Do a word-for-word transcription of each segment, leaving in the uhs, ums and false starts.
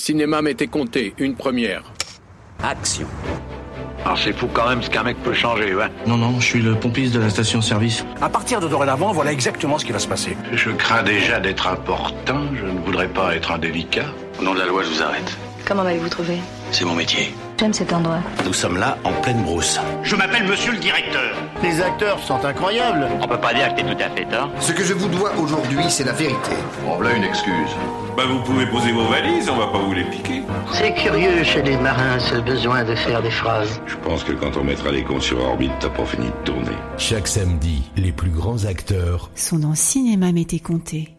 Cinéma m'était compté, une première. Action. Alors c'est fou quand même ce qu'un mec peut changer, ouais. Non, non, je suis le pompiste de la station-service. À partir de dorénavant, voilà exactement ce qui va se passer. Je crains déjà d'être important, je ne voudrais pas être indélicat. Au nom de la loi, je vous arrête. Comment m'avez-vous trouvé ? C'est mon métier. J'aime cet endroit. Nous sommes là en pleine brousse. Je m'appelle monsieur le directeur. Les acteurs sont incroyables. On peut pas dire que t'es tout à fait tort. Ce que je vous dois aujourd'hui, c'est la vérité. Bon, voilà une excuse. Bah vous pouvez poser vos valises, on va pas vous les piquer. C'est curieux chez les marins ce besoin de faire des phrases. Je pense que quand on mettra les comptes sur orbite, t'as pas fini de tourner. Chaque samedi, les plus grands acteurs sont dans Cinéma m'était compté.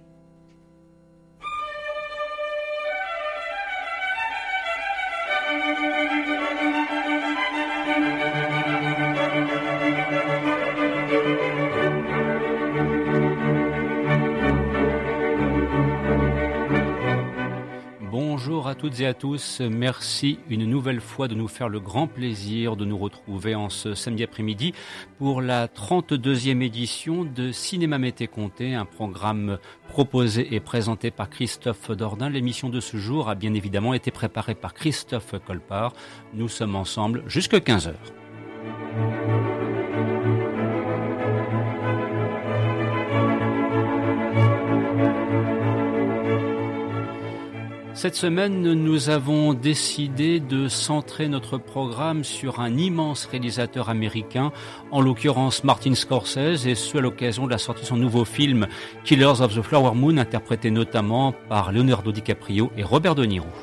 Bonjour à toutes et à tous, merci une nouvelle fois de nous faire le grand plaisir de nous retrouver en ce samedi après-midi pour la trente-deuxième édition de Cinéma m'était compté, un programme proposé et présenté par Christophe Dordain. L'émission de ce jour a bien évidemment été préparée par Christophe Colpart. Nous sommes ensemble jusqu'à quinze heures. Cette semaine, nous avons décidé de centrer notre programme sur un immense réalisateur américain, en l'occurrence Martin Scorsese, et ce à l'occasion de la sortie de son nouveau film Killers of the Flower Moon, interprété notamment par Leonardo DiCaprio et Robert De Niro.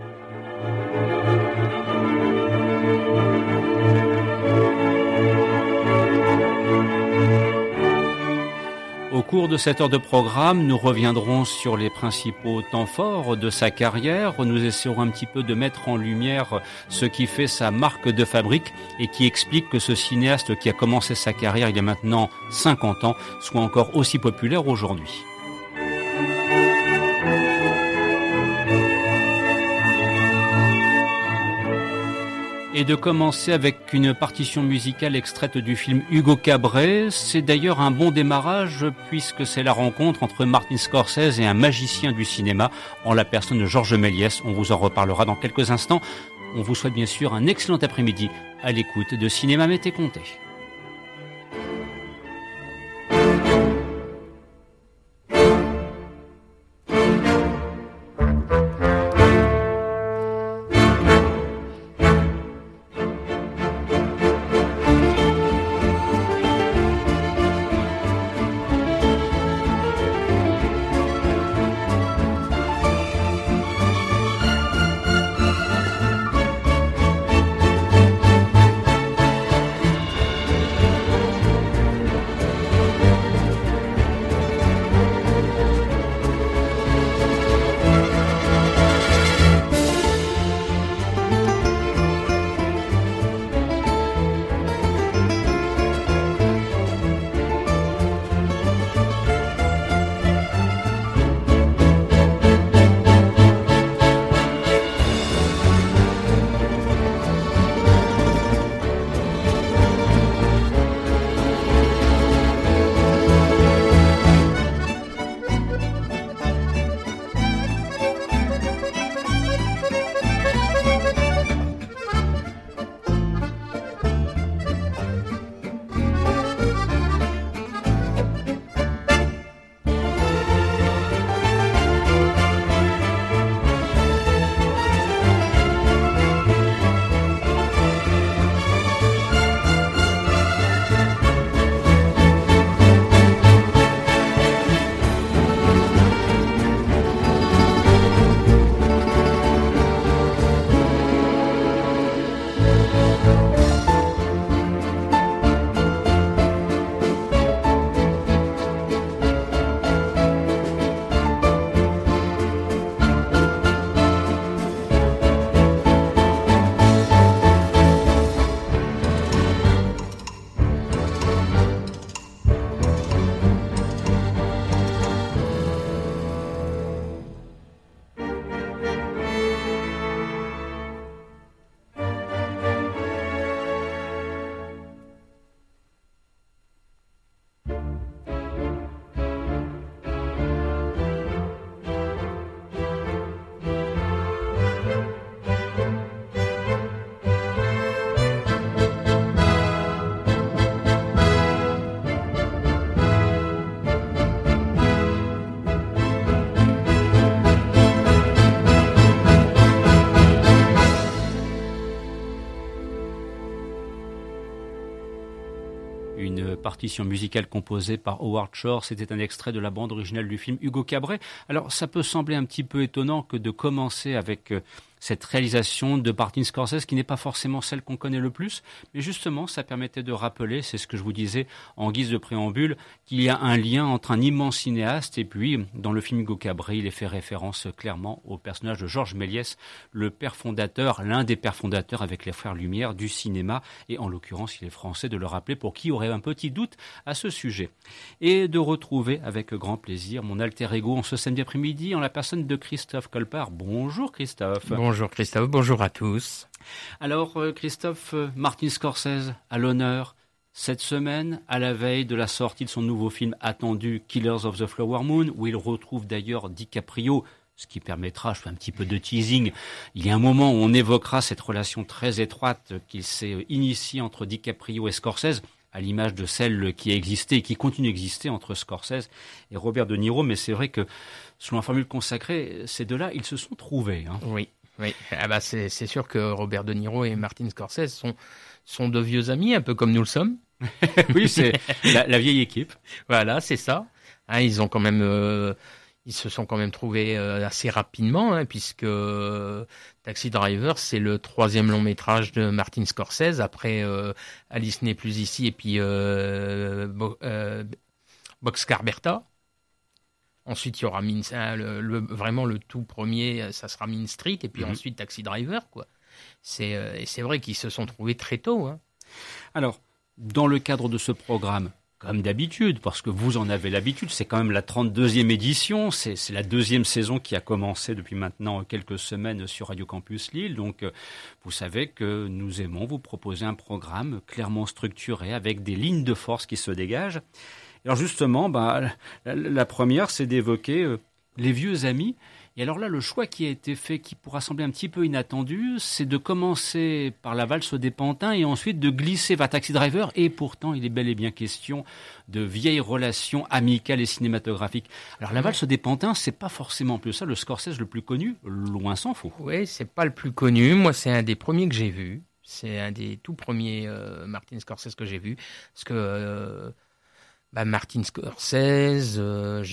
Au cours de cette heure de programme, nous reviendrons sur les principaux temps forts de sa carrière. Nous essaierons un petit peu de mettre en lumière ce qui fait sa marque de fabrique et qui explique que ce cinéaste qui a commencé sa carrière il y a maintenant cinquante ans soit encore aussi populaire aujourd'hui. Et de commencer avec une partition musicale extraite du film Hugo Cabret. C'est d'ailleurs un bon démarrage puisque c'est la rencontre entre Martin Scorsese et un magicien du cinéma en la personne de Georges Méliès. On vous en reparlera dans quelques instants. On vous souhaite bien sûr un excellent après-midi à l'écoute de Cinéma m'était compté. partition musicale composée par Howard Shore. C'était un extrait de la bande originale du film Hugo Cabret. Alors, ça peut sembler un petit peu étonnant que de commencer avec euh, cette réalisation de Martin Scorsese qui n'est pas forcément celle qu'on connaît le plus, mais justement, ça permettait de rappeler, c'est ce que je vous disais en guise de préambule, qu'il y a un lien entre un immense cinéaste et puis, dans le film Hugo Cabret, il est fait référence clairement au personnage de Georges Méliès, le père fondateur, l'un des pères fondateurs avec les frères Lumière du cinéma, et en l'occurrence, il est français de le rappeler pour qui aurait un petit doute à ce sujet. Et de retrouver avec grand plaisir mon alter ego en ce samedi après-midi en la personne de Christophe Colpart. Bonjour Christophe. Bonjour. Bonjour Christophe, bonjour à tous. Alors Christophe, Martin Scorsese à l'honneur cette semaine, à la veille de la sortie de son nouveau film attendu Killers of the Flower Moon, où il retrouve d'ailleurs DiCaprio, ce qui permettra, je fais un petit peu de teasing, il y a un moment où on évoquera cette relation très étroite qu'il s'est initiée entre DiCaprio et Scorsese, à l'image de celle qui a existé et qui continue d'exister entre Scorsese et Robert De Niro, mais c'est vrai que selon la formule consacrée, ces deux-là, ils se sont trouvés. Hein. Oui. Oui, ah bah c'est, c'est sûr que Robert De Niro et Martin Scorsese sont, sont de vieux amis, un peu comme nous le sommes. Oui, c'est la, la vieille équipe. Voilà, c'est ça. Hein, ils ont quand même, euh, ils se sont quand même trouvés euh, assez rapidement, hein, puisque euh, Taxi Driver, c'est le troisième long métrage de Martin Scorsese après euh, Alice n'est plus ici et puis euh, Bo- euh, Boxcar Bertha. Ensuite, il y aura Mean, le, le, vraiment le tout premier, ça sera Mean Street, et puis mmh. ensuite Taxi Driver, quoi. C'est, euh, et c'est vrai qu'ils se sont trouvés très tôt. Hein. Alors, dans le cadre de ce programme, comme d'habitude, parce que vous en avez l'habitude, c'est quand même la trente-deuxième édition, c'est, c'est la deuxième saison qui a commencé depuis maintenant quelques semaines sur Radio Campus Lille. Donc, vous savez que nous aimons vous proposer un programme clairement structuré avec des lignes de force qui se dégagent. Alors justement, bah, la, la première, c'est d'évoquer euh, les vieux amis. Et alors là, le choix qui a été fait, qui pourra sembler un petit peu inattendu, c'est de commencer par la valse des pantins et ensuite de glisser vers Taxi Driver. Et pourtant, il est bel et bien question de vieilles relations amicales et cinématographiques. Alors la valse des pantins, c'est pas forcément plus ça le Scorsese le plus connu, loin s'en faut. Oui, c'est pas le plus connu. Moi, c'est un des premiers que j'ai vu. C'est un des tout premiers euh, Martin Scorsese que j'ai vu. Parce que... Euh, Bah, Martin Scorsese, euh,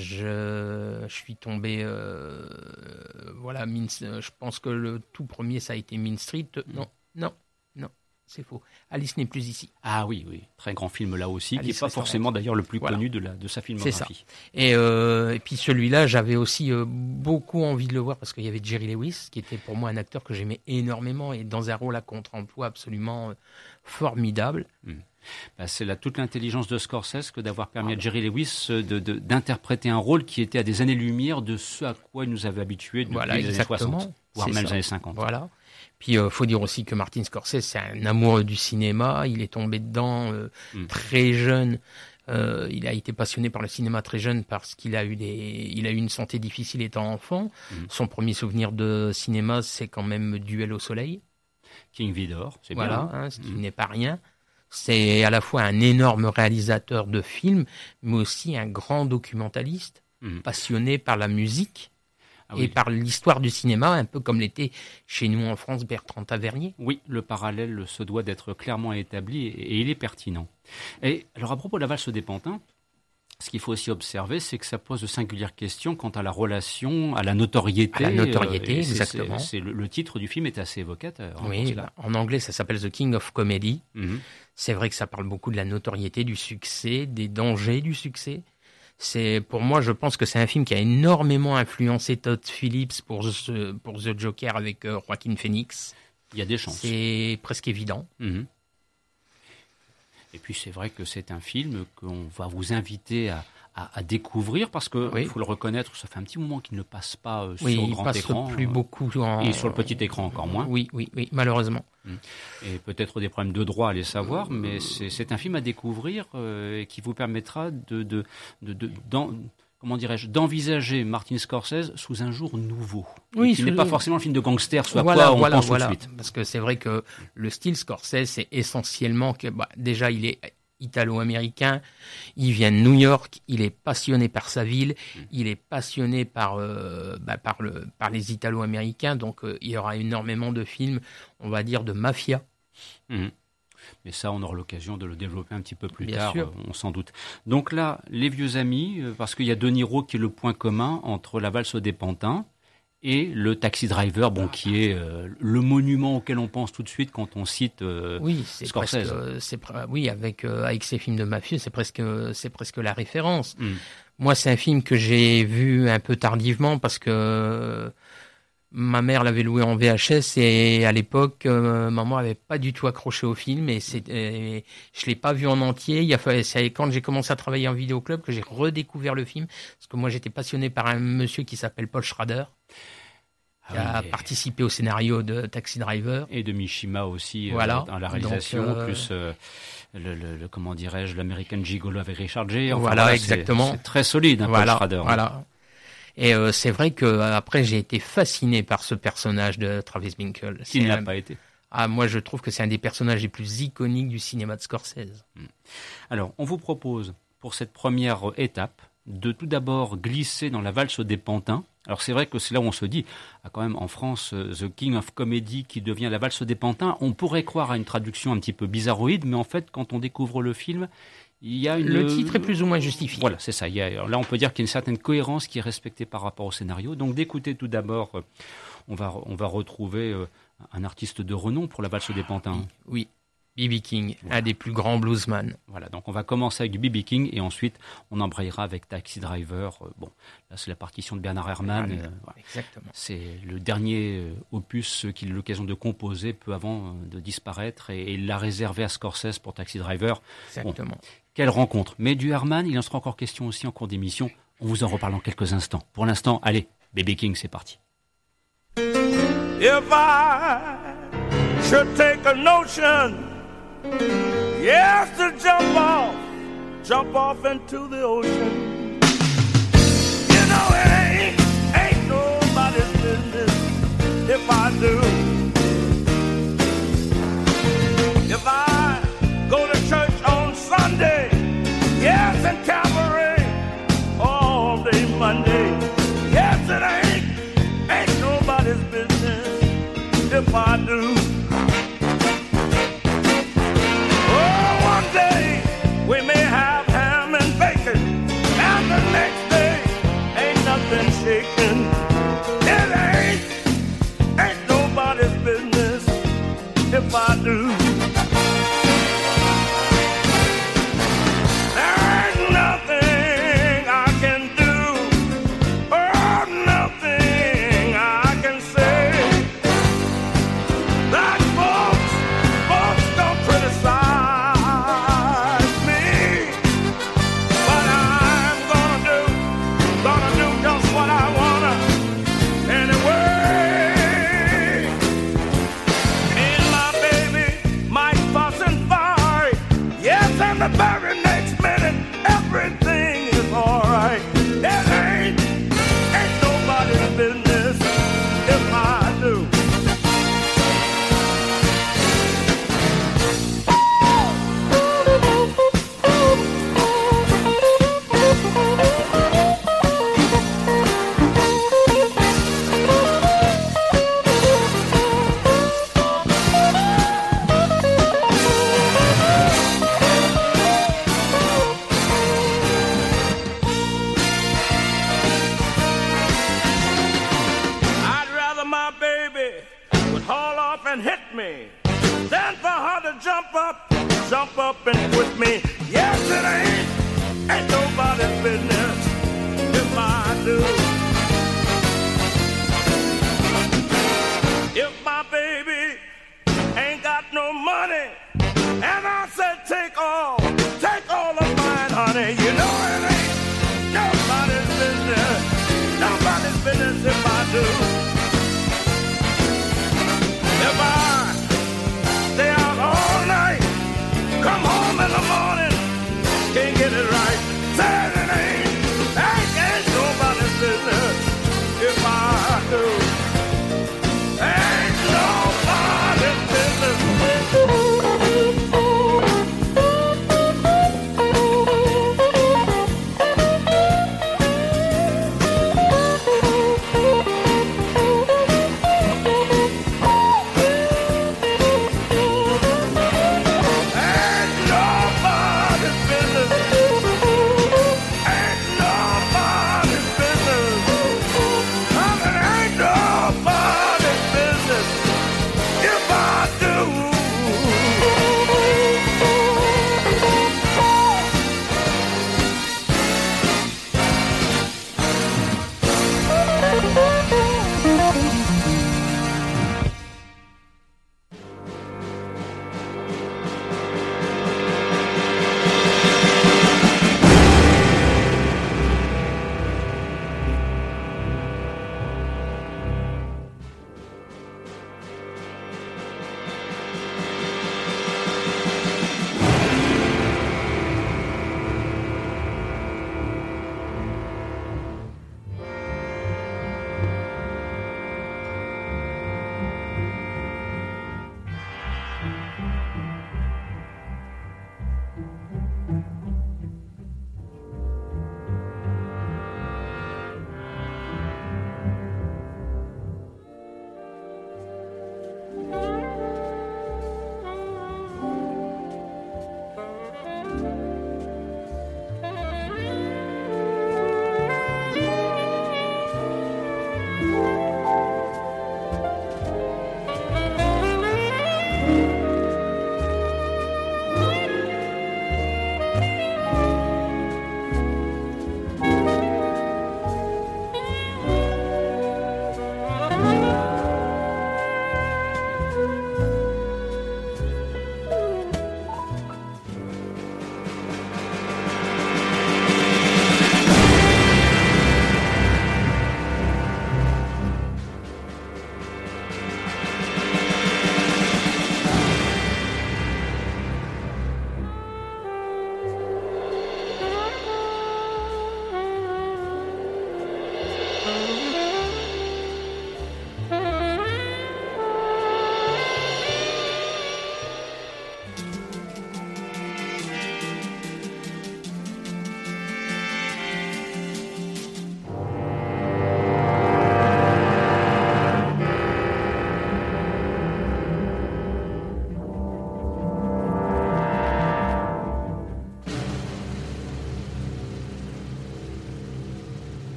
je, je suis tombé, euh, voilà, Mean, je pense que le tout premier, ça a été Mean Street. Non, non, non, c'est faux. Alice n'est plus ici. Ah oui, oui, très grand film là aussi, Alice qui n'est pas forcément d'ailleurs le plus voilà. connu de, la, de sa filmographie. C'est ça. Et, euh, et puis celui-là, j'avais aussi euh, beaucoup envie de le voir parce qu'il y avait Jerry Lewis, qui était pour moi un acteur que j'aimais énormément et dans un rôle à contre-emploi absolument euh, formidable. Mmh. Bah, c'est là toute l'intelligence de Scorsese que d'avoir permis à Jerry Lewis de, de, d'interpréter un rôle qui était à des années-lumière de ce à quoi il nous avait habitués depuis voilà, les années soixante, voire c'est même ça. les années cinquante. Voilà. Puis il euh, faut dire aussi que Martin Scorsese, c'est un amoureux du cinéma. Il est tombé dedans euh, mm. très jeune. Euh, il a été passionné par le cinéma très jeune parce qu'il a eu des, il a eu une santé difficile étant enfant. Mm. Son premier souvenir de cinéma, c'est quand même Duel au soleil. King Vidor, c'est voilà, bien. Hein, ce qui mm. n'est pas rien. C'est à la fois un énorme réalisateur de films, mais aussi un grand documentaliste, mmh. passionné par la musique ah et oui. par l'histoire du cinéma, un peu comme l'était chez nous en France Bertrand Tavernier. Oui, le parallèle se doit d'être clairement établi et, et il est pertinent. Et alors à propos de la valse des pantins, ce qu'il faut aussi observer, c'est que ça pose de singulières questions quant à la relation, à la notoriété. À la notoriété, euh, exactement. C'est, c'est, le, le titre du film est assez évocateur. Oui, bah, en anglais, ça s'appelle The King of Comedy. Mm-hmm. C'est vrai que ça parle beaucoup de la notoriété, du succès, des dangers du succès. C'est, pour moi, je pense que c'est un film qui a énormément influencé Todd Phillips pour The, pour The Joker avec euh, Joaquin Phoenix. Il y a des chances. C'est presque évident. Mm-hmm. Et puis c'est vrai que c'est un film qu'on va vous inviter à, à, à découvrir parce que oui. faut le reconnaître, ça fait un petit moment qu'il ne passe pas euh, oui, sur le grand écran. Oui, il passe plus euh, beaucoup. En... Et sur le petit écran encore moins. Oui, oui, oui, malheureusement. Et peut-être des problèmes de droit, allez savoir, mais c'est, c'est un film à découvrir euh, et qui vous permettra de, de, de, de dans, comment dirais-je, d'envisager Martin Scorsese sous un jour nouveau. Oui, qui n'est pas forcément le film de gangster, soit voilà, quoi on voilà, pense voilà. tout de suite. Parce que c'est vrai que le style Scorsese, c'est essentiellement que bah, déjà il est italo-américain, il vient de New York, il est passionné par sa ville, mmh. il est passionné par, euh, bah, par, le, par les italo-américains, donc euh, il y aura énormément de films, on va dire, de mafia. Mmh. Mais ça, on aura l'occasion de le développer un petit peu plus Bien tard, sûr. on s'en doute. Donc là, les vieux amis, parce qu'il y a De Niro qui est le point commun entre La valse des pantins et le Taxi Driver, bon, qui est euh, le monument auquel on pense tout de suite quand on cite euh, oui, c'est Scorsese. Presque, euh, c'est, oui, avec, euh, avec ses films de mafieux, c'est presque, c'est presque la référence. Mm. Moi, c'est un film que j'ai vu un peu tardivement parce que euh, ma mère l'avait loué en V H S et à l'époque, euh, maman avait pas du tout accroché au film et, c'est, et je l'ai pas vu en entier. Il a fallu, c'est quand j'ai commencé à travailler en vidéoclub que j'ai redécouvert le film parce que moi, j'étais passionné par un monsieur qui s'appelle Paul Schrader. Qui a ah oui, participé au scénario de Taxi Driver. Et de Mishima aussi, voilà. euh, dans la réalisation, donc, euh... plus euh, le, le, le, comment dirais-je, l'American Gigolo avec Richard Gere. Enfin, voilà, voilà, exactement. C'est, c'est très solide, hein, voilà, Paul Schrader. Voilà. Et euh, c'est vrai que après j'ai été fasciné par ce personnage de Travis Bickle. Qui ne l'a pas été. Ah, moi je trouve que c'est un des personnages les plus iconiques du cinéma de Scorsese. Alors, on vous propose, pour cette première étape, de tout d'abord glisser dans La valse des pantins. Alors c'est vrai que c'est là où on se dit, ah, quand même en France, uh, The King of Comedy qui devient La valse des pantins, on pourrait croire à une traduction un petit peu bizarroïde, mais en fait quand on découvre le film, il y a une... Le titre est plus ou moins justifié. Voilà, c'est ça. Il y a... Alors là on peut dire qu'il y a une certaine cohérence qui est respectée par rapport au scénario. Donc d'écouter tout d'abord, euh, on, va, on va retrouver euh, un artiste de renom pour La valse des pantins. Oui. B B King, voilà. Un des plus grands bluesman. Voilà, donc on va commencer avec du B B King et ensuite on embrayera avec Taxi Driver. Euh, bon, là c'est la partition de Bernard Herrmann. Ah, euh, voilà. Exactement. C'est le dernier euh, opus qu'il a eu l'occasion de composer peu avant euh, de disparaître et, et il l'a réservé à Scorsese pour Taxi Driver. Exactement. Bon, quelle rencontre. Mais du Herrmann, il en sera encore question aussi en cours d'émission. On vous en reparle dans quelques instants. Pour l'instant, allez, B B King, c'est parti. If I should take a notion, yes, to jump off, jump off into the ocean. You know it ain't, ain't nobody's business if I do. If I go to church on Sunday, yes, and cabaret all day Monday, yes, it ain't, ain't nobody's business if I do. We may have ham and bacon, and the next day ain't nothing shaking. It ain't, ain't nobody's business if I do. There ain't nothing I can do, or nothing I can say that folks, folks don't criticize. The very next minute, everything is alright. It ain't, ain't nobody's business if I do. And hit me, then for her to jump up, jump up and quit me. Yes, it ain't, ain't nobody's business if I do. If my baby ain't got no money, and I said take all, take all of mine, honey, you know it ain't nobody's business, nobody's business if I do. If I stay out all night, come home in the morning, can't get it right. Said it ain't, ain't, ain't nobody's business if I do. Ain't nobody's business.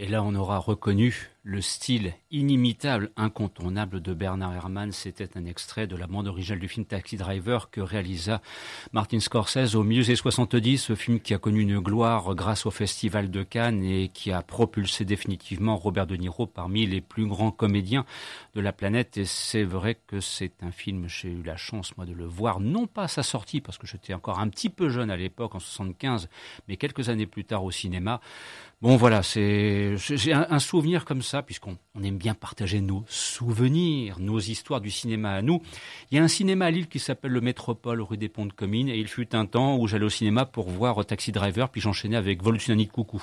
Et là, on aura reconnu le style inimitable, incontournable de Bernard Herrmann. C'était un extrait de la bande originale du film Taxi Driver que réalisa Martin Scorsese au milieu des soixante-dix. Ce film qui a connu une gloire grâce au Festival de Cannes et qui a propulsé définitivement Robert De Niro parmi les plus grands comédiens de la planète. Et c'est vrai que c'est un film, j'ai eu la chance, moi, de le voir, non pas à sa sortie, parce que j'étais encore un petit peu jeune à l'époque, en soixante-quinze, mais quelques années plus tard au cinéma. Bon, voilà, c'est, j'ai un, un souvenir comme ça, puisqu'on on aime bien partager nos souvenirs, nos histoires du cinéma à nous. Il y a un cinéma à Lille qui s'appelle le Métropole, rue des Ponts de Comines, et il fut un temps où j'allais au cinéma pour voir Taxi Driver, puis j'enchaînais avec Vol au-dessus d'un nid de coucou.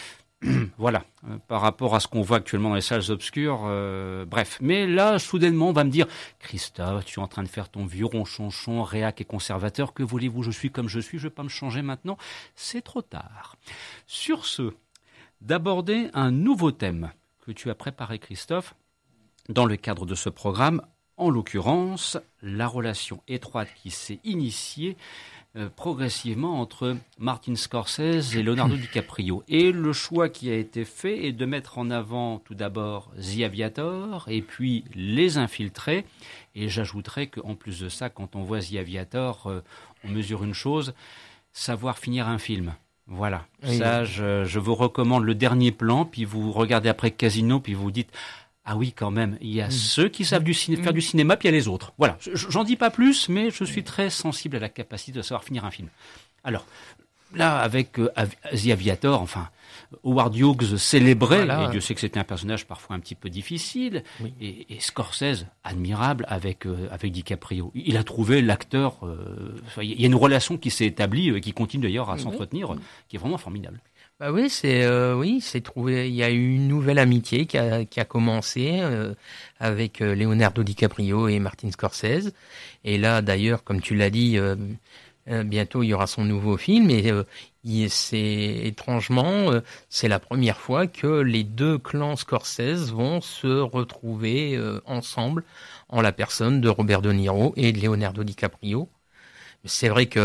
Voilà, euh, par rapport à ce qu'on voit actuellement dans les salles obscures, euh, bref. Mais là, soudainement, on va me dire « Christophe, tu es en train de faire ton vieux ronchonchon, réac et conservateur, que voulez-vous, je suis comme je suis, je ne vais pas me changer maintenant ?» C'est trop tard. Sur ce, d'aborder un nouveau thème que tu as préparé, Christophe, dans le cadre de ce programme, en l'occurrence, la relation étroite qui s'est initiée Euh, progressivement entre Martin Scorsese et Leonardo DiCaprio. Et le choix qui a été fait est de mettre en avant tout d'abord The Aviator et puis Les Infiltrés. Et j'ajouterais qu'en plus de ça, quand on voit The Aviator, euh, on mesure une chose, savoir finir un film. Voilà. Oui. Ça, je, je vous recommande le dernier plan, puis vous regardez après Casino, puis vous dites... Ah oui, quand même, il y a mmh. ceux qui savent du ciné- faire du cinéma, puis il y a les autres. Voilà, j'en dis pas plus, mais je suis très sensible à la capacité de savoir finir un film. Alors, là, avec euh, The Aviator, enfin, Howard Hughes célébré, voilà. Et Dieu sait que c'était un personnage parfois un petit peu difficile, oui. et, et Scorsese, admirable, avec, euh, avec DiCaprio. Il a trouvé l'acteur, euh, il y a une relation qui s'est établie, et qui continue d'ailleurs à oui. s'entretenir, oui. qui est vraiment formidable. Bah oui, c'est euh, oui, c'est trouvé. Il y a eu une nouvelle amitié qui a qui a commencé euh, avec euh, Leonardo DiCaprio et Martin Scorsese. Et là, d'ailleurs, comme tu l'as dit, euh, euh, bientôt il y aura son nouveau film. Et euh, il, c'est étrangement, euh, c'est la première fois que les deux clans Scorsese vont se retrouver euh, ensemble en la personne de Robert De Niro et de Leonardo DiCaprio. C'est vrai que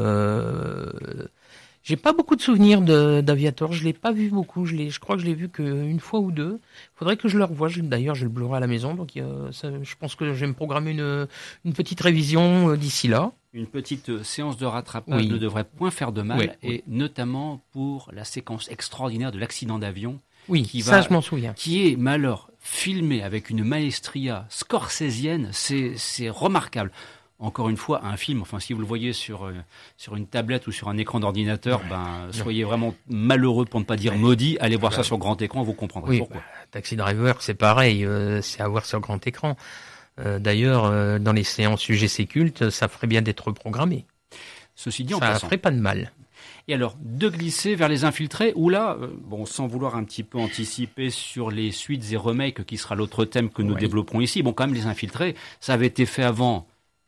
euh, j'ai pas beaucoup de souvenirs de, d'Aviator, je l'ai pas vu beaucoup, je l'ai, je crois que je l'ai vu qu'une fois ou deux. Faudrait que je le revoie, je, d'ailleurs j'ai le Blu-ray à la maison, donc euh, ça, je pense que je vais me programmer une, une petite révision euh, d'ici là. Une petite euh, séance de rattrapage oui. ne devrait point faire de mal, oui, et oui. notamment pour la séquence extraordinaire de l'accident d'avion. Oui, qui ça va, je m'en souviens. Qui est, mais alors, filmé avec une maestria scorsésienne, c'est, c'est remarquable. Encore une fois, un film, enfin, si vous le voyez sur, euh, sur une tablette ou sur un écran d'ordinateur, ben, soyez vraiment malheureux pour ne pas dire maudit, allez voir ça sur grand écran, vous comprendrez oui, pourquoi. Bah, Taxi Driver, c'est pareil, euh, c'est à voir sur grand écran. Euh, d'ailleurs, euh, dans les séances U G C Culte, ça ferait bien d'être programmé. Ceci dit, en ça passant. ferait pas de mal. Et alors, de glisser vers Les Infiltrés, où là, euh, bon, sans vouloir un petit peu anticiper sur les suites et remakes, qui sera l'autre thème que nous oui. développerons ici, bon, quand même, Les Infiltrés, ça avait été fait avant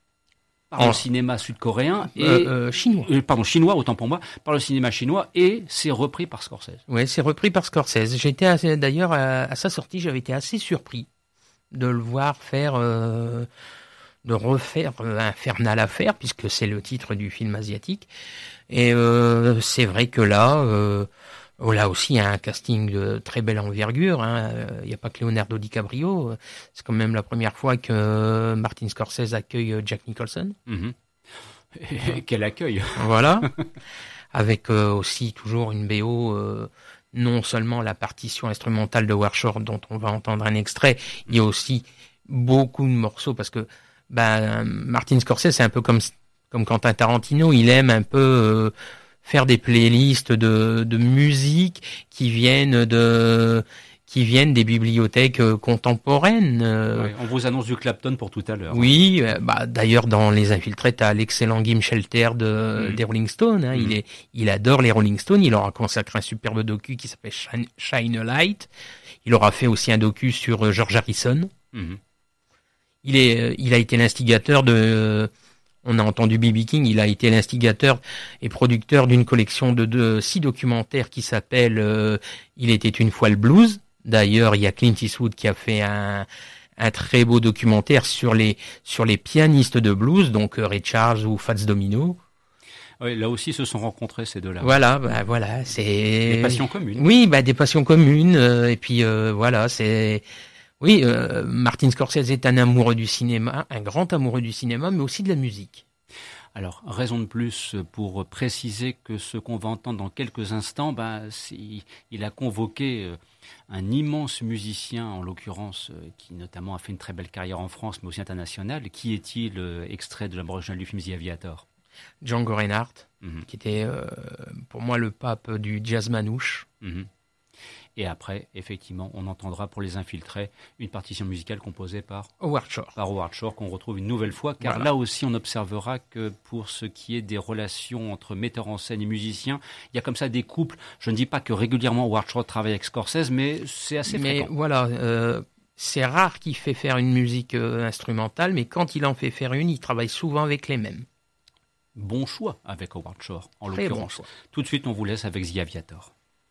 par en... le cinéma sud-coréen et euh, euh, chinois. Euh, pardon, chinois, autant pour moi, par le cinéma chinois, et c'est repris par Scorsese. Oui, c'est repris par Scorsese. J'étais assez, d'ailleurs à, à sa sortie, j'avais été assez surpris de le voir faire, euh, de refaire euh, Infernal Affair, puisque c'est le titre du film asiatique. Et euh, c'est vrai que là, euh, là aussi, il y a un casting de très belle envergure. Hein. Il n'y a pas que Leonardo DiCaprio. C'est quand même la première fois que Martin Scorsese accueille Jack Nicholson. Mmh. Et quel accueil. Voilà. Avec euh, aussi toujours une B O, euh, non seulement la partition instrumentale de Warshore dont on va entendre un extrait, il y a aussi beaucoup de morceaux parce que ben, Martin Scorsese, c'est un peu comme... Comme Quentin Tarantino, il aime un peu euh, faire des playlists de, de musique qui viennent de qui viennent des bibliothèques euh, contemporaines. Euh. Ouais, on vous annonce du Clapton pour tout à l'heure. Oui, euh, bah d'ailleurs dans Les Infiltrés, t'as l'excellent Gim Shelter de mmh. des Rolling Stones. Hein, mmh. Il est, il adore les Rolling Stones. Il leur a consacré un superbe docu qui s'appelle Shine, Shine a Light. Il aura fait aussi un docu sur euh, George Harrison. Mmh. Il est, il a été l'instigateur de euh, On a entendu B B King, il a été l'instigateur et producteur d'une collection de, de six documentaires qui s'appelle euh, Il était une fois le blues. D'ailleurs, il y a Clint Eastwood qui a fait un, un très beau documentaire sur les sur les pianistes de blues, donc euh, Ray Charles ou Fats Domino. Oui, là aussi, se sont rencontrés ces deux-là. Voilà, bah, voilà, c'est des passions communes. Oui, bah des passions communes. Euh, et puis euh, voilà, c'est oui. Euh, Martin Scorsese est un amoureux du cinéma, un grand amoureux du cinéma, mais aussi de la musique. Alors, raison de plus pour préciser que ce qu'on va entendre dans quelques instants, bah, c'est, il a convoqué un immense musicien, en l'occurrence, qui notamment a fait une très belle carrière en France, mais aussi internationale. Qui est-il, extrait de la bande originale du film The Aviator ? Django Reinhardt, mm-hmm. qui était euh, pour moi le pape du jazz manouche. Mm-hmm. Et après, effectivement, on entendra pour les infiltrés une partition musicale composée par Howard Shore. Par Howard Shore, qu'on retrouve une nouvelle fois, car voilà. Là aussi, on observera que pour ce qui est des relations entre metteurs en scène et musiciens, il y a comme ça des couples. Je ne dis pas que régulièrement Howard Shore travaille avec Scorsese, mais c'est assez mais fréquent. Mais voilà, euh, c'est rare qu'il fait faire une musique euh, instrumentale, mais quand il en fait faire une, il travaille souvent avec les mêmes. Bon choix avec Howard Shore, en Très l'occurrence. Bon choix. Tout de suite, on vous laisse avec The Aviator.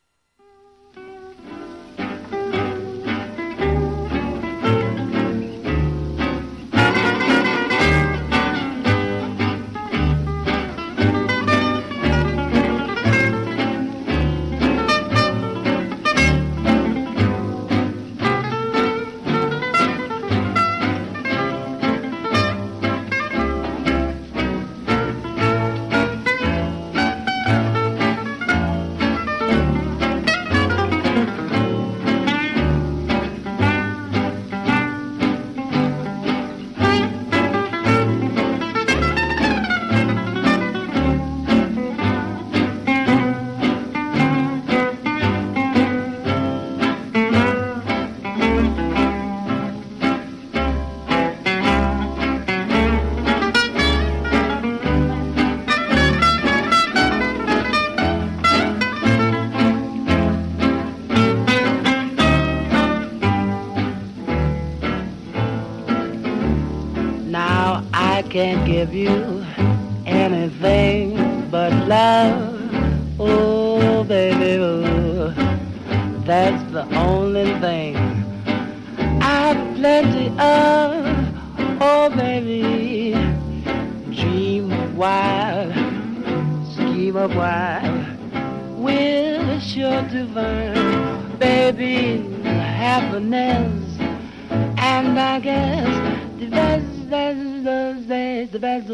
Can't give you anything but love, oh baby, oh, that's the only thing I've plenty of, oh baby, dream of wild, scheme of wild, we're sure to find, baby, happiness, and I guess the best the best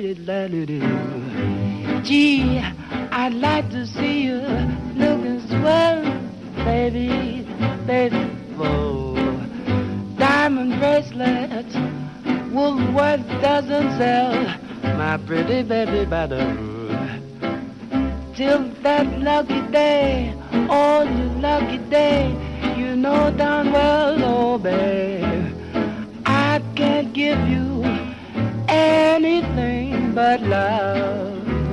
gee, I'd like to see you looking swell, baby, baby, oh, diamond bracelets, Woolworth doesn't sell, my pretty baby, by the road, till that lucky day, oh, you lucky day, you know darn well, oh, babe, I can't give you anything but love.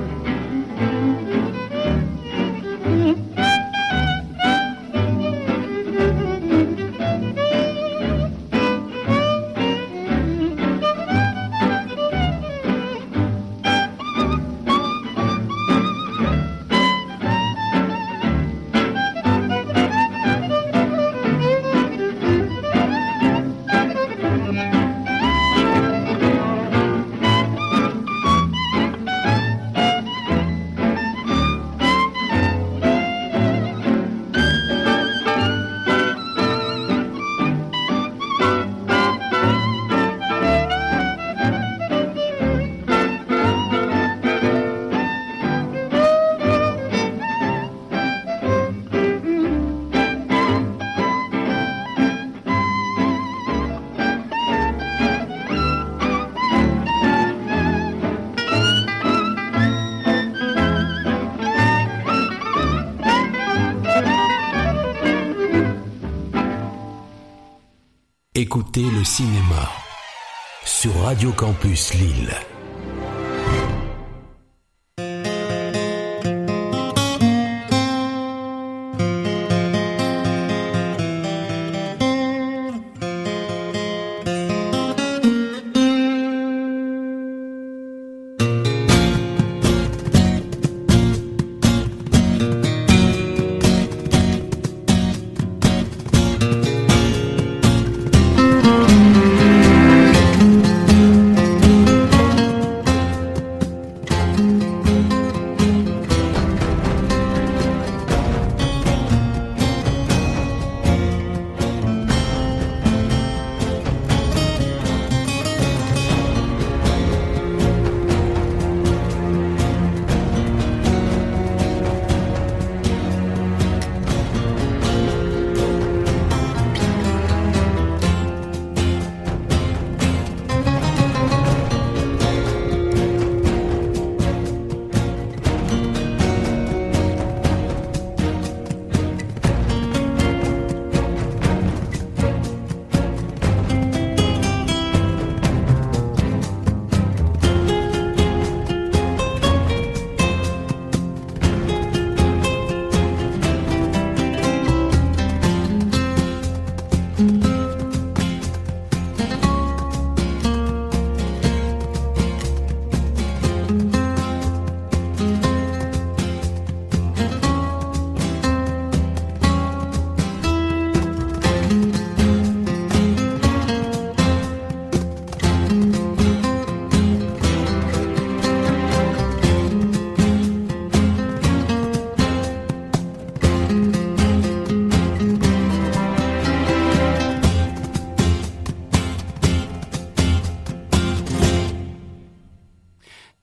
Écoutez le cinéma sur Radio Campus Lille.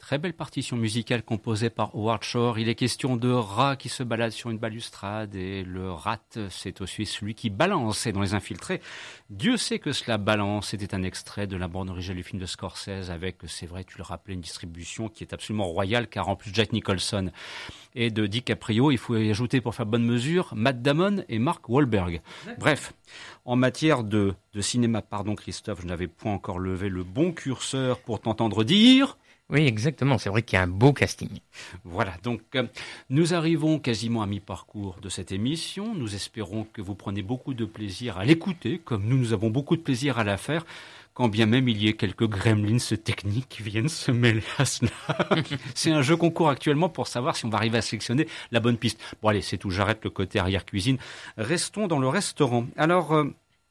très belle partition musicale composée par Howard Shore. Il est question de rats qui se baladent sur une balustrade et le rat, c'est aussi celui qui balance. Et dans Les Infiltrés, Dieu sait que cela balance. C'était un extrait de la bande originale du film de Scorsese avec, c'est vrai, tu le rappelais, une distribution qui est absolument royale car en plus Jack Nicholson et de DiCaprio, il faut y ajouter pour faire bonne mesure Matt Damon et Mark Wahlberg. Bref, en matière de, de cinéma, pardon Christophe, je n'avais point encore levé le bon curseur pour t'entendre dire... Oui, exactement. C'est vrai qu'il y a un beau casting. Voilà. Donc, euh, nous arrivons quasiment à mi-parcours de cette émission. Nous espérons que vous prenez beaucoup de plaisir à l'écouter, comme nous, nous avons beaucoup de plaisir à la faire, quand bien même il y ait quelques gremlins techniques qui viennent se mêler à cela. C'est un jeu concours actuellement pour savoir si on va arriver à sélectionner la bonne piste. Bon, allez, c'est tout. J'arrête le côté arrière-cuisine. Restons dans le restaurant. Alors, euh,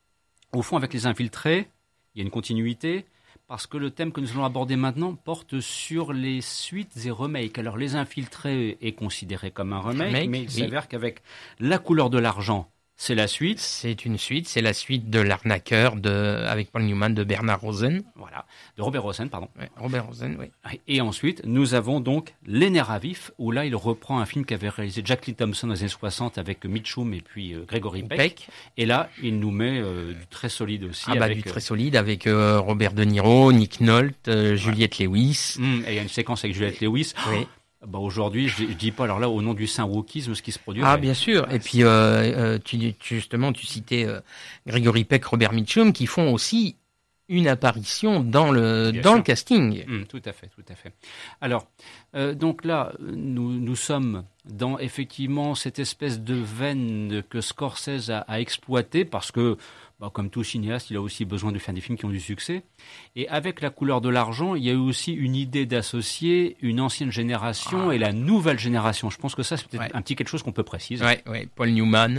au fond, avec Les Infiltrés, il y a une continuité. Parce que le thème que nous allons aborder maintenant porte sur les suites et remakes. Alors, Les Infiltrés est considéré comme un remake, remake mais il oui. s'avère qu'avec La couleur de l'argent, c'est la suite. C'est une suite, c'est la suite de L'Arnaqueur de, avec Paul Newman de Bernard Rosen. Voilà, de Robert Rosen, pardon. Ouais, Robert Rosen, oui. Et ensuite, nous avons donc Les Nerfs à vif, où là, il reprend un film qu'avait réalisé Jack Lee Thompson dans les années soixante avec Mitchum et puis euh, Gregory Peck. Peck. Et là, il nous met euh, du très solide aussi. Ah bah, avec, du très solide avec euh, Robert De Niro, Nick Nolte, euh, ouais. Juliette Lewis. Mmh, et il y a une séquence avec Juliette Lewis. Oui. Bah aujourd'hui, je, je dis pas alors là au nom du saint wokisme ce qui se produit. Ah bien sûr. Et puis euh, euh, tu, tu justement tu citais euh, Gregory Peck, Robert Mitchum qui font aussi une apparition dans le bien dans sûr. le casting. Mmh, tout à fait, tout à fait. Alors euh, donc là nous nous sommes dans effectivement cette espèce de veine que Scorsese a, a exploité parce que bah, comme tout cinéaste, il a aussi besoin de faire des films qui ont du succès. Et avec La couleur de l'argent, il y a eu aussi une idée d'associer une ancienne génération ah. et la nouvelle génération. Je pense que ça, c'est peut-être ouais. un petit quelque chose qu'on peut préciser. Oui, ouais. Paul Newman.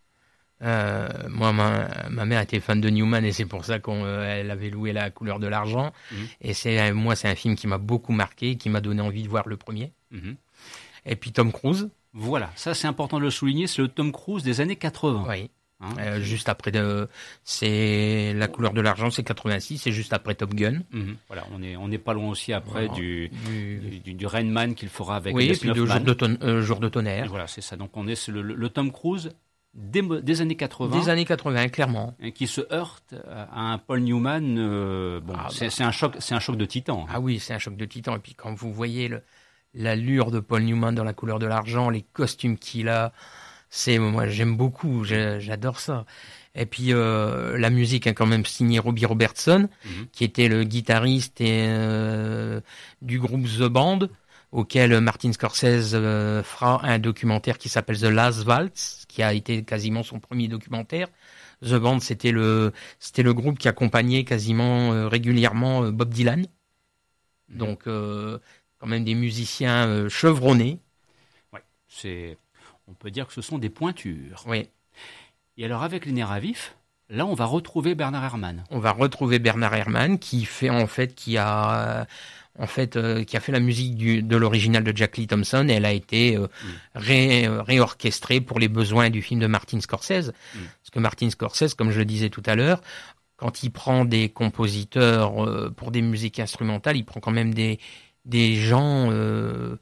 Euh, moi, ma, ma mère était fan de Newman et c'est pour ça qu'elle euh, avait loué La couleur de l'argent. Mmh. Et c'est, moi, c'est un film qui m'a beaucoup marqué, qui m'a donné envie de voir le premier. Mmh. Et puis Tom Cruise. Voilà, ça c'est important de le souligner, c'est le Tom Cruise des années quatre-vingts. Oui. Hein euh, juste après, de, c'est La couleur de l'argent, c'est quatre-vingt-six, c'est juste après Top Gun. Mmh. Voilà, on est on n'est pas loin aussi après oh, du, du, du du Rain Man qu'il fera avec. Oui, et puis de jour de, ton, euh, jour de tonnerre. Et voilà, c'est ça. Donc on est sur le, le, le Tom Cruise des, des années quatre-vingts. Des années quatre-vingts, clairement. Et qui se heurte à un Paul Newman. Euh, bon, ah, c'est, bah. c'est un choc, c'est un choc de titan. Ah oui, c'est un choc de titan. Et puis quand vous voyez le, l'allure de Paul Newman dans La couleur de l'argent, les costumes qu'il a. C'est moi j'aime beaucoup, j'adore ça. Et puis euh, la musique a quand même signé Robbie Robertson, mm-hmm. qui était le guitariste et, euh, du groupe The Band, auquel Martin Scorsese euh, fera un documentaire qui s'appelle The Last Waltz, qui a été quasiment son premier documentaire. The Band, c'était le c'était le groupe qui accompagnait quasiment euh, régulièrement euh, Bob Dylan. Mm-hmm. Donc euh, quand même des musiciens euh, chevronnés. Ouais, c'est on peut dire que ce sont des pointures. Oui. Et alors, avec Les Nerfs à vif, là, on va retrouver Bernard Herrmann. On va retrouver Bernard Herrmann, qui fait, en fait, qui a, en fait, euh, qui a fait la musique du, de l'original de Jack Lee Thompson, et elle a été, euh, mm. ré, réorchestrée pour les besoins du film de Martin Scorsese. Mm. Parce que Martin Scorsese, comme je le disais tout à l'heure, quand il prend des compositeurs euh, pour des musiques instrumentales, il prend quand même des, des gens, euh,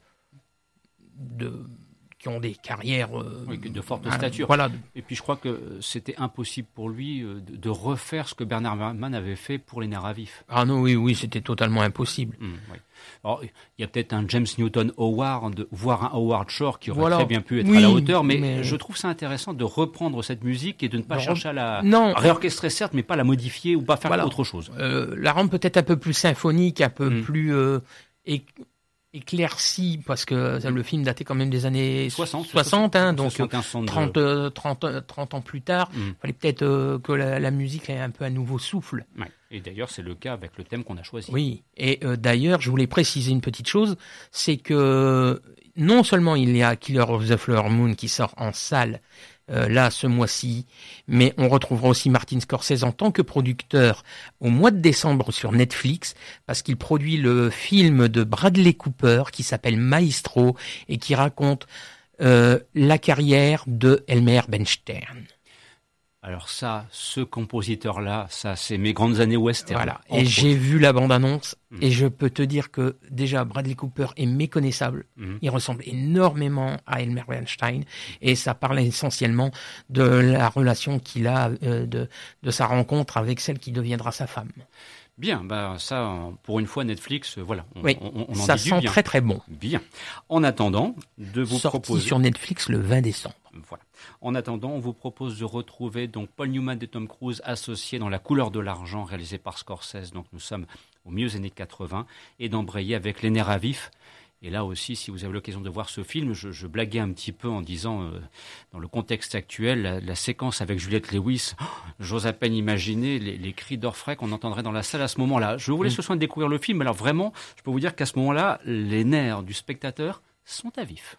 de, qui ont des carrières euh, oui, de forte euh, stature. Voilà. Et puis je crois que c'était impossible pour lui de, de refaire ce que Bernard Herrmann avait fait pour Les Nerfs à vif. Ah non, oui, oui, c'était totalement impossible. Mmh, oui. Alors, il y a peut-être un James Newton Howard, voire un Howard Shore qui aurait voilà. très bien pu être oui, à la hauteur, mais, mais je trouve ça intéressant de reprendre cette musique et de ne pas non, chercher à la non. à réorchestrer, certes, mais pas la modifier ou pas faire voilà. autre chose. Euh, la rendre peut-être un peu plus symphonique, un peu mmh. plus... Euh, et... éclairci, parce que le film datait quand même des années soixante, soixante hein, donc trente, trente, trente ans plus tard, il mm. fallait peut-être euh, que la, la musique ait un peu un nouveau souffle. Ouais. Et d'ailleurs, c'est le cas avec le thème qu'on a choisi. Oui, et euh, d'ailleurs, je voulais préciser une petite chose, c'est que non seulement il y a Killer of the Flower Moon qui sort en salle, Euh, là ce mois-ci, mais on retrouvera aussi Martin Scorsese en tant que producteur au mois de décembre sur Netflix, parce qu'il produit le film de Bradley Cooper qui s'appelle Maestro et qui raconte euh, la carrière de Elmer Bernstein. Alors ça, ce compositeur-là, ça, c'est mes grandes années western. Voilà. Et j'ai vu la bande-annonce mmh. et je peux te dire que déjà Bradley Cooper est méconnaissable. Mmh. Il ressemble énormément à Elmer Bernstein et ça parle essentiellement de la relation qu'il a, euh, de, de sa rencontre avec celle qui deviendra sa femme. Bien, bah ça, pour une fois, Netflix, voilà, on, oui, on, on en ça dit sent du bien. très très bon. Bien. En attendant, de vous Sorti proposer sur Netflix le vingt décembre. Voilà. En attendant, on vous propose de retrouver donc Paul Newman et Tom Cruise associés dans La couleur de l'argent, réalisé par Scorsese. Donc nous sommes au milieu des années quatre-vingts et d'embrayer avec Les nerfs à vif. Et là aussi, si vous avez l'occasion de voir ce film, je, je blaguais un petit peu en disant, euh, dans le contexte actuel, la, la séquence avec Juliette Lewis, oh, j'ose à peine imaginer les, les cris d'orfraie qu'on entendrait dans la salle à ce moment-là. Je vous laisse le soin de découvrir le film. Alors vraiment, je peux vous dire qu'à ce moment-là, les nerfs du spectateur sont à vif.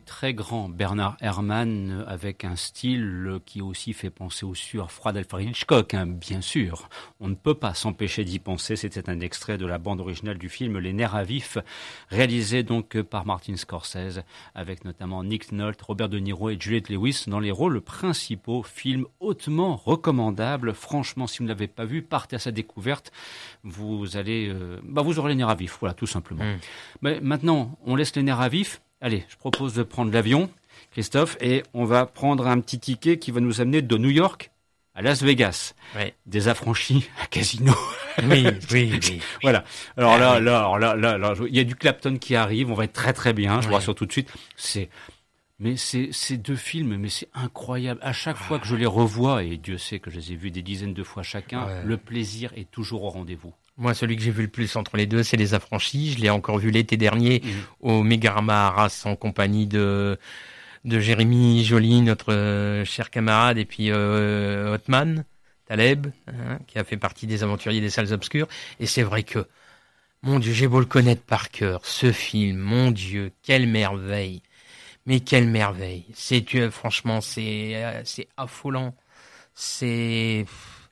très grand Bernard Herrmann avec un style qui aussi fait penser au surfroid d'Alfred Hitchcock, hein, bien sûr. On ne peut pas s'empêcher d'y penser. C'était un extrait de la bande originale du film Les Nerfs à vif, réalisé donc par Martin Scorsese, avec notamment Nick Nolte, Robert De Niro et Juliette Lewis dans les rôles principaux. Film hautement recommandable. Franchement, si vous ne l'avez pas vu, partez à sa découverte. Vous allez, euh, bah vous aurez les nerfs à vif, voilà, tout simplement. Mmh. Mais maintenant, on laisse les nerfs à vif. Allez, je propose de prendre l'avion, Christophe, et on va prendre un petit ticket qui va nous amener de New York à Las Vegas. Ouais. Des affranchis à Casino. Oui, oui, oui. Voilà. Alors ah, là, oui. là, alors là, là, là, il y a du Clapton qui arrive. On va être très, très bien. Je vous rassure tout de suite. C'est, mais c'est, ces deux films, mais c'est incroyable. À chaque ah. fois que je les revois, et Dieu sait que je les ai vus des dizaines de fois chacun, ouais. le plaisir est toujours au rendez-vous. Moi, celui que j'ai vu le plus entre les deux, c'est Les Affranchis. Je l'ai encore vu l'été dernier mmh. au Megarama Arras en compagnie de de Jérémy Joly, notre euh, cher camarade, et puis euh, Othman Taleb, hein, qui a fait partie des Aventuriers des Salles Obscures. Et c'est vrai que, mon Dieu, j'ai beau le connaître par cœur, ce film, mon Dieu, quelle merveille. Mais quelle merveille. C'est, euh, franchement, c'est, euh, c'est affolant. C'est...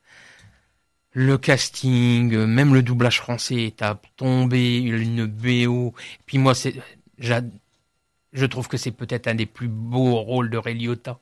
Le casting, même le doublage français est à tomber, une B O. Puis moi, c'est, je trouve que c'est peut-être un des plus beaux rôles de Ray Liotta.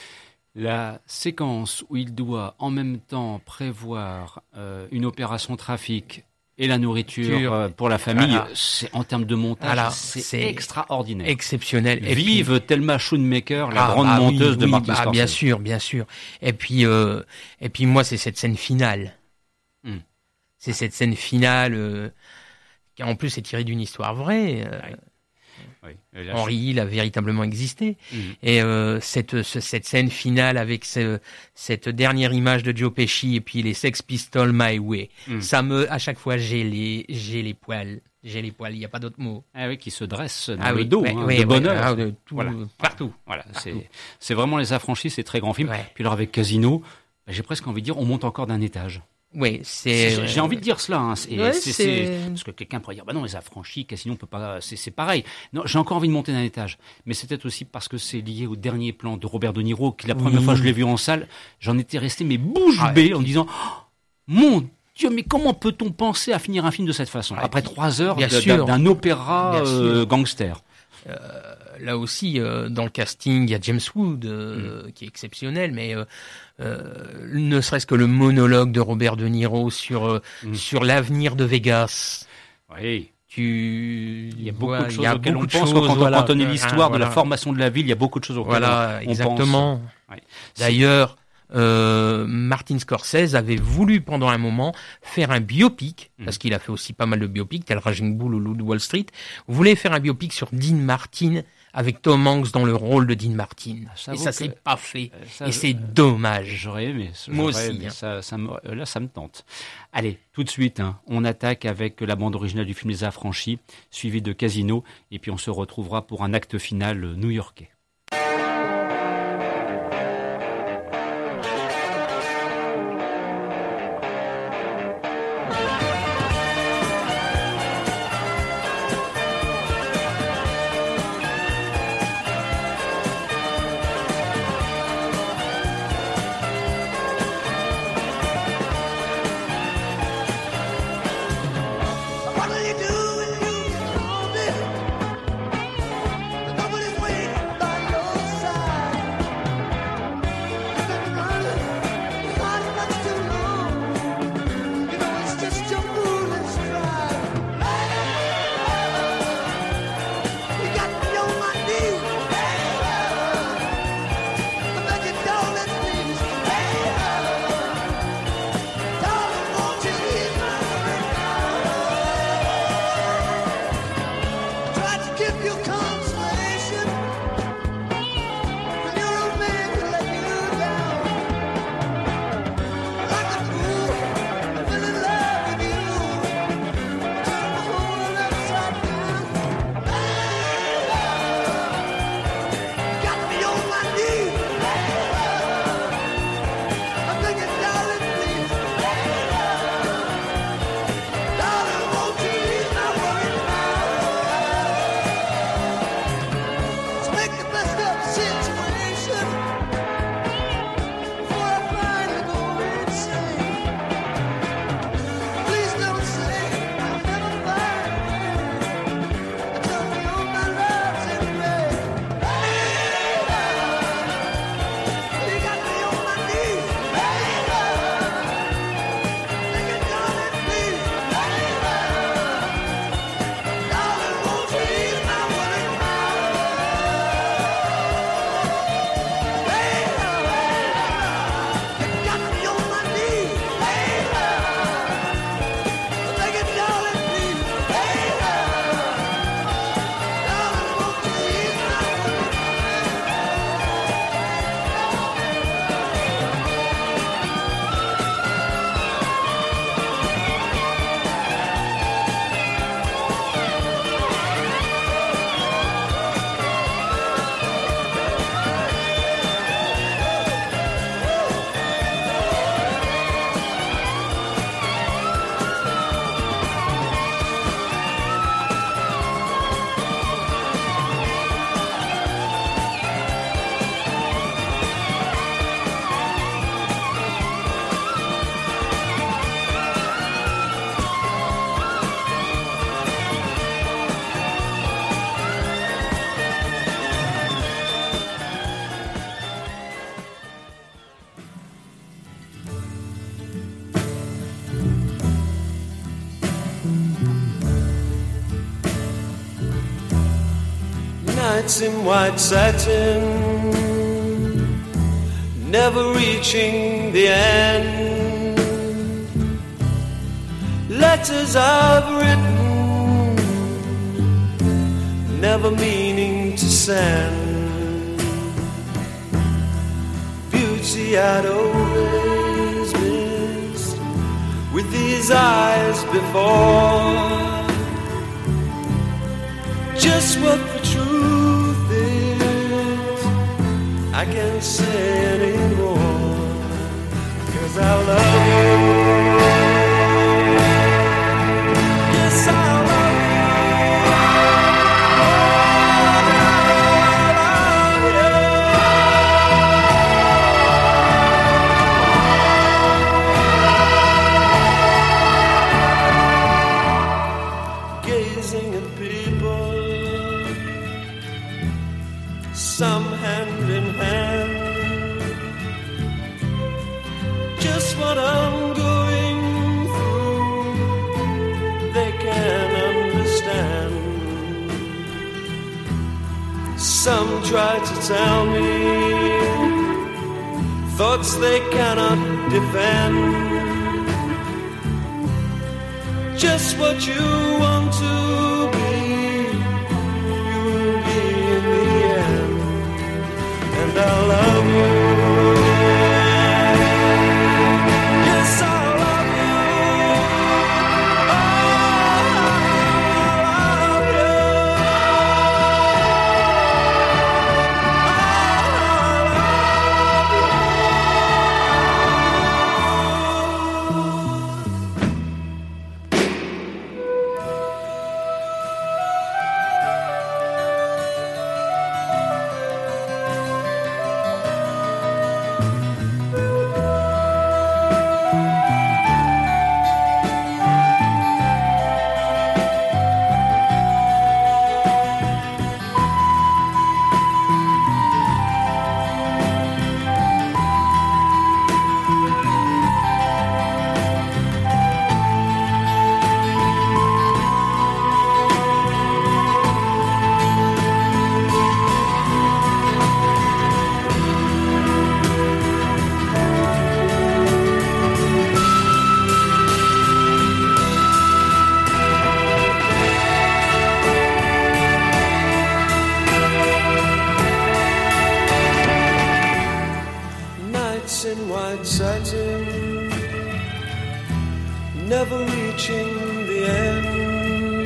La séquence où il doit en même temps prévoir euh, une opération trafic et la nourriture euh, pour la famille, voilà. c'est, en termes de montage, voilà, c'est, c'est extraordinaire. Exceptionnel. Et Vive puis, Thelma Schoonmaker, la ah, grande bah, monteuse oui, de oui, Martin Scorsese. Bah, bien sûr, bien sûr. Et puis, euh, et puis moi, c'est cette scène finale. Hmm. C'est cette scène finale euh, qui en plus est tirée d'une histoire vraie. Euh, oui. Oui. Henry Hill a véritablement existé. Hmm. Et euh, cette, ce, cette scène finale avec ce, cette dernière image de Joe Pesci et puis les Sex Pistols My Way, hmm. ça me, à chaque fois, j'ai les, j'ai les poils. J'ai les poils, il n'y a pas d'autre mot. Ah oui, qui se dressent dans ah le oui, dos, ouais, hein, ouais, de ouais, bonheur. Ah, de tout, voilà. Partout. Voilà, partout. C'est, c'est vraiment Les Affranchis, c'est très grand film. Ouais. Puis alors avec Casino, bah, j'ai presque envie de dire, on monte encore d'un étage. Oui, c'est. c'est j'ai envie de dire cela. Hein. C'est, ouais, c'est, c'est... c'est... Parce que quelqu'un pourrait dire, bah non, Les Affranchis, Casino, on peut pas. C'est, c'est pareil. Non, j'ai encore envie de monter d'un étage. Mais c'est peut-être aussi parce que c'est lié au dernier plan de Robert De Niro, qui la première oui. fois que je l'ai vu en salle, j'en étais resté mais bouche ah, bée en me disant, oh, mon Dieu, mais comment peut-on penser à finir un film de cette façon ah, après trois heures de, d'un, d'un opéra euh, gangster. Euh, là aussi, euh, dans le casting, il y a James Wood euh, mm. qui est exceptionnel, mais euh, euh, ne serait-ce que le monologue de Robert De Niro sur euh, mm. sur l'avenir de Vegas. Oui. Tu... Il y a beaucoup de choses auxquelles on pense quand voilà. on connaît l'histoire ah, voilà. de la formation de la ville. Il y a beaucoup de choses auxquelles voilà, on, on exactement. pense. Ouais. D'ailleurs, Euh, Martin Scorsese avait voulu pendant un moment faire un biopic, mmh. parce qu'il a fait aussi pas mal de biopics, tel Raging Bull ou Loup de Wall Street, voulait faire un biopic sur Dean Martin avec Tom Hanks dans le rôle de Dean Martin. Ça et ça que... s'est pas fait. Euh, ça, et je... c'est dommage. J'aurais aimé. Moi aussi. Aimé. Hein. Ça, ça me... Là, ça me tente. Allez, tout de suite, hein, on attaque avec la bande originale du film Les Affranchis, suivi de Casino, et puis on se retrouvera pour un acte final new-yorkais. What are you doing, you stupid? Nobody's waiting by Nights in white satin, never reaching the end. Letters I've written, never meaning to send. Beauty I'd always missed with these eyes before. Just what the truth is, I can't say anymore, 'cause I love you. Yes, I love you. Gazing at people, some hand in hand, just what I'm going through, they can understand. Some try to tell me thoughts they cannot defend. Just what you want to be, you will be in the end. And I love you. Yes, I love you. In white satin, never reaching the end.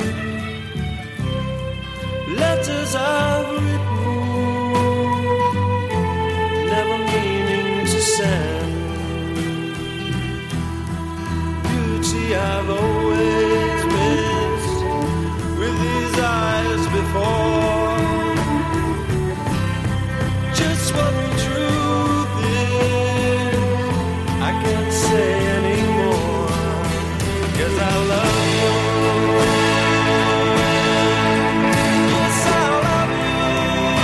Letters I've written, never meaning to send. Beauty I've always missed with these eyes before. Just what the truth is, I can't say anymore, 'cause I love you. Yes, I love you.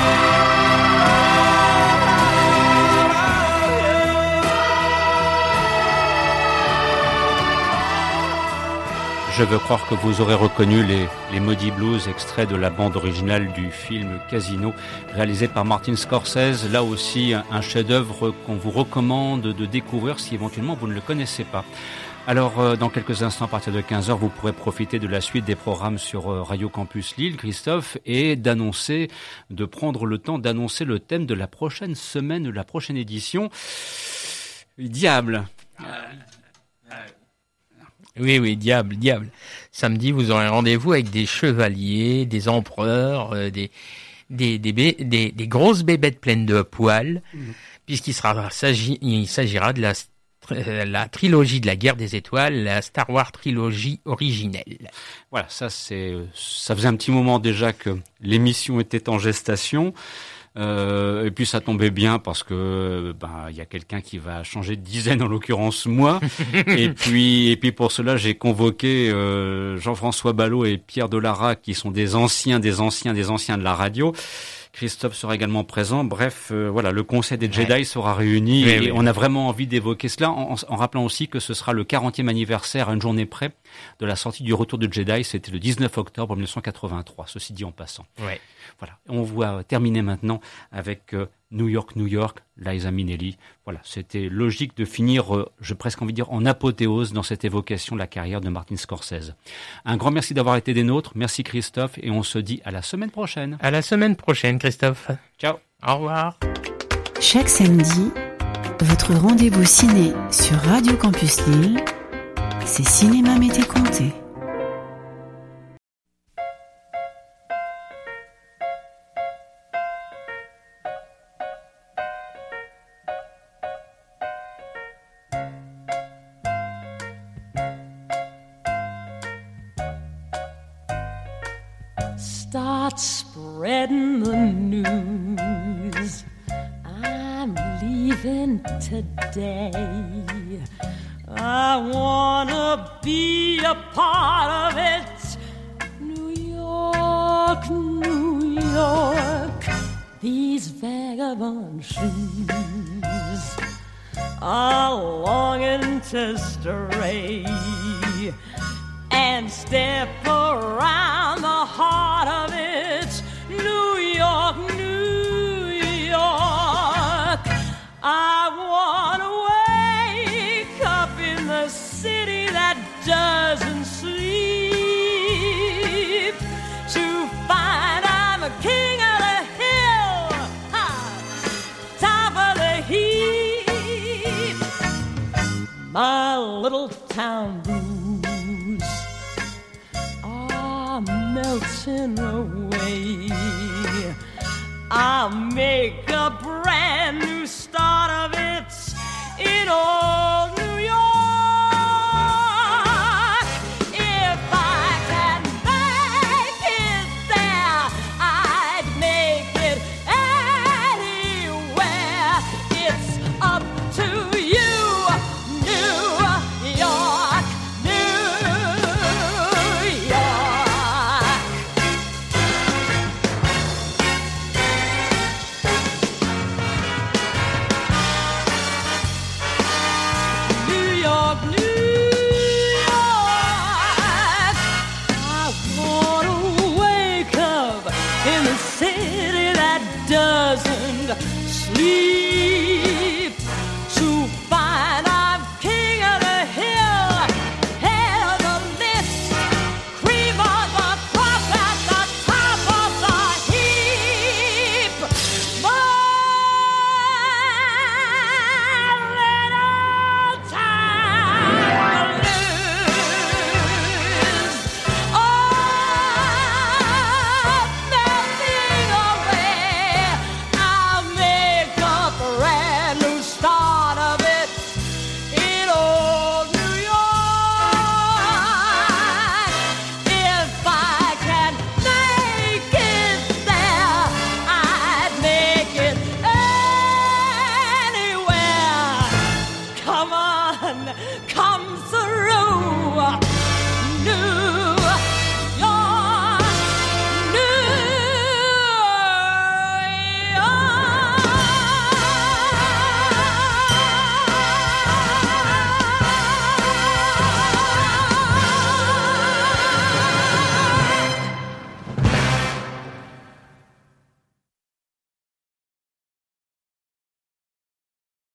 Je veux croire que vous aurez reconnu les, les Moody Blues, extraits de la bande originale du film Casino, réalisé par Martin Scorsese. Là aussi, un, un chef-d'œuvre qu'on vous recommande de découvrir si éventuellement vous ne le connaissez pas. Alors, euh, dans quelques instants, à partir de quinze heures, vous pourrez profiter de la suite des programmes sur euh, Radio Campus Lille, Christophe, et d'annoncer, de prendre le temps d'annoncer le thème de la prochaine semaine, de la prochaine édition. Diable. Euh, Oui, oui, diable, diable. Samedi, vous aurez rendez-vous avec des chevaliers, des empereurs, euh, des, des, des, bé- des, des grosses bébêtes pleines de poils, mmh. puisqu'il sera, s'agit, il s'agira de la, euh, la trilogie de la Guerre des Étoiles, la Star Wars trilogie originelle. Voilà, ça c'est, ça faisait un petit moment déjà que l'émission était en gestation. Euh, et puis ça tombait bien parce que ben il y a quelqu'un qui va changer de dizaine, en l'occurrence moi. et puis et puis pour cela j'ai convoqué euh, Jean-François Ballot et Pierre Delara qui sont des anciens des anciens des anciens de la radio. Christophe sera également présent. Bref, euh, voilà, le Conseil des Jedi ouais. sera réuni oui, et oui. on a vraiment envie d'évoquer cela en, en, en rappelant aussi que ce sera le quarantième anniversaire à une journée près de la sortie du Retour de Jedi. C'était le dix-neuf octobre mille neuf cent quatre-vingt-trois, ceci dit en passant. Ouais. Voilà, on va terminer maintenant avec euh, New York, New York, Liza Minnelli. Voilà, c'était logique de finir, euh, j'ai presque envie de dire, en apothéose dans cette évocation de la carrière de Martin Scorsese. Un grand merci d'avoir été des nôtres. Merci Christophe et on se dit à la semaine prochaine. À la semaine prochaine, Christophe. Ciao. Au revoir. Chaque samedi, votre rendez-vous ciné sur Radio Campus Lille, c'est Cinéma Mété Comté. Start spreading the news. I'm leaving today. I wanna be a part of it. New York, New York, these vagabond shoes are longing to stray and step around the heart of it. New York, New York, I wanna wake up in the city that doesn't sleep to find I'm a king of the hill, ha, top of the heap. My little town blues are melting away. I'll make a brand new